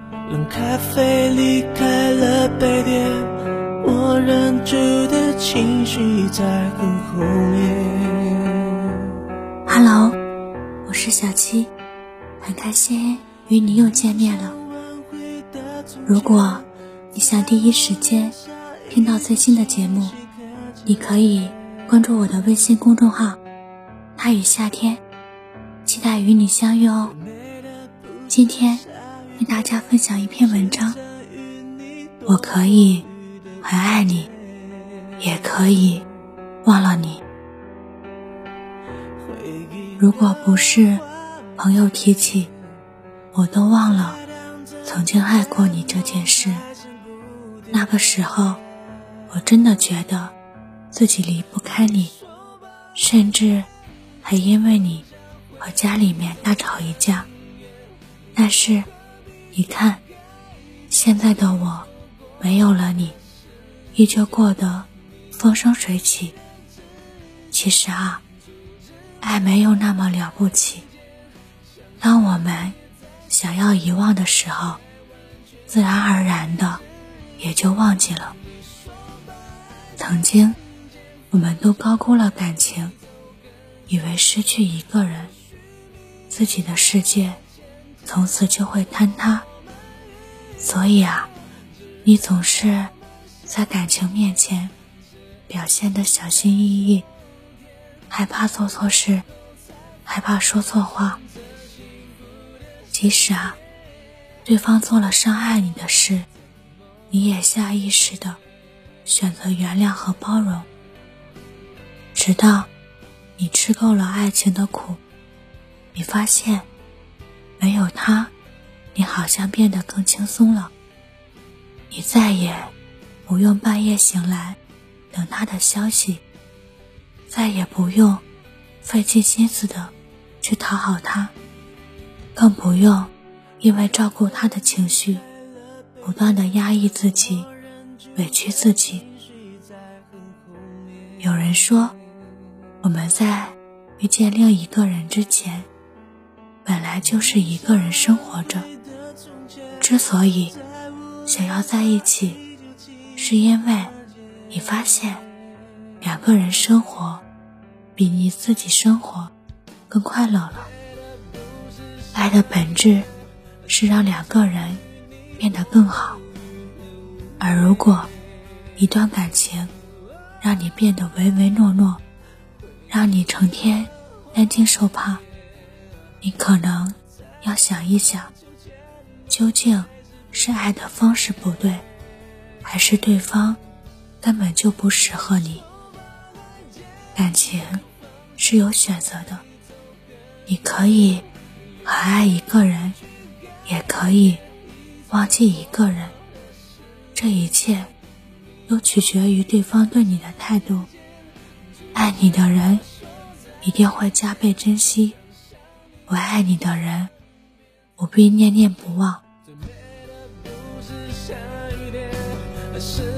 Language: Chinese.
冷咖啡离开了杯垫，我忍住的情绪在很后面。 Hello， 我是小七，很开心与你又见面了。如果你想第一时间听到最新的节目，你可以关注我的微信公众号他与夏天，期待与你相遇哦。今天跟大家分享一篇文章，我可以很爱你，也可以忘了你。如果不是朋友提起，我都忘了曾经爱过你这件事。那个时候我真的觉得自己离不开你，甚至还因为你和家里面大吵一架。但是你看，现在的我没有了你，依旧过得风生水起。其实啊，爱没有那么了不起，当我们想要遗忘的时候，自然而然的也就忘记了。曾经我们都高估了感情，以为失去一个人，自己的世界从此就会坍塌。所以啊，你总是在感情面前表现得小心翼翼，害怕做错事，害怕说错话。即使啊，对方做了伤害你的事，你也下意识地选择原谅和包容。直到你吃够了爱情的苦，你发现没有他，你好像变得更轻松了。你再也不用半夜醒来等他的消息，再也不用费尽心思的去讨好他，更不用因为照顾他的情绪不断的压抑自己，委屈自己。有人说，我们在遇见另一个人之前，本来就是一个人生活着。之所以想要在一起，是因为你发现两个人生活比你自己生活更快乐了。爱的本质是让两个人变得更好，而如果一段感情让你变得唯唯诺诺，让你成天担惊受怕，你可能要想一想，究竟是爱的方式不对，还是对方根本就不适合你。感情是有选择的，你可以很爱一个人，也可以忘记一个人，这一切都取决于对方对你的态度。爱你的人一定会加倍珍惜，不爱你的人不必念念不忘。 是